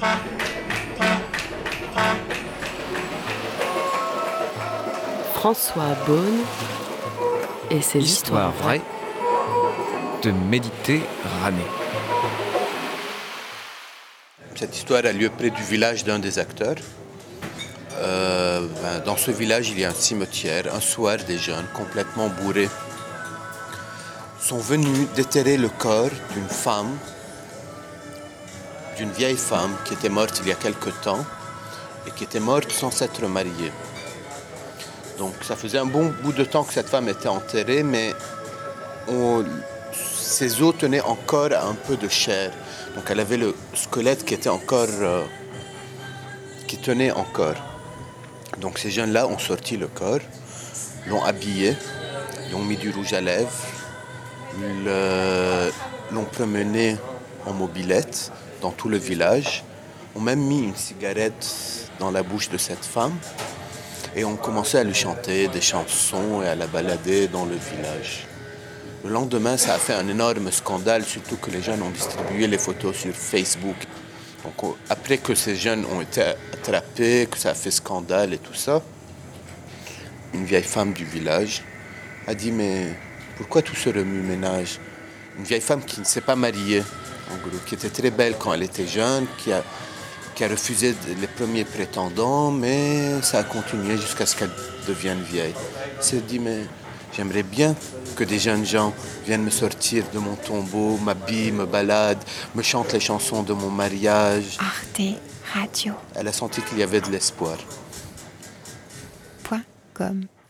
François Beaune et ses histoires vraies de Méditerranée. Cette histoire a lieu près du village d'un des acteurs. Dans ce village, il y a un cimetière. Un soir, des jeunes complètement bourrés sont venus déterrer le corps d'une vieille femme qui était morte il y a quelque temps et qui était morte sans s'être mariée. Donc ça faisait un bon bout de temps que cette femme était enterrée, mais ses os tenaient encore un peu de chair. Donc elle avait le squelette qui tenait encore. Donc ces jeunes-là ont sorti le corps, l'ont habillé, lui ont mis du rouge à lèvres, l'ont promené en mobilette dans tout le village, ont même mis une cigarette dans la bouche de cette femme et ont commencé à lui chanter des chansons et à la balader dans le village. Le lendemain, ça a fait un énorme scandale, surtout que les jeunes ont distribué les photos sur Facebook. Donc, après que ces jeunes ont été attrapés, que ça a fait scandale et tout ça, une vieille femme du village a dit « Mais pourquoi tout ce remue-ménage ?» Une vieille femme qui ne s'est pas mariée, en gros, qui était très belle quand elle était jeune, qui a refusé les premiers prétendants, mais ça a continué jusqu'à ce qu'elle devienne vieille. Elle s'est dit « Mais j'aimerais bien que des jeunes gens viennent me sortir de mon tombeau, m'habillent, me baladent, me chantent les chansons de mon mariage. » Arte Radio. Elle a senti qu'il y avait de l'espoir. .com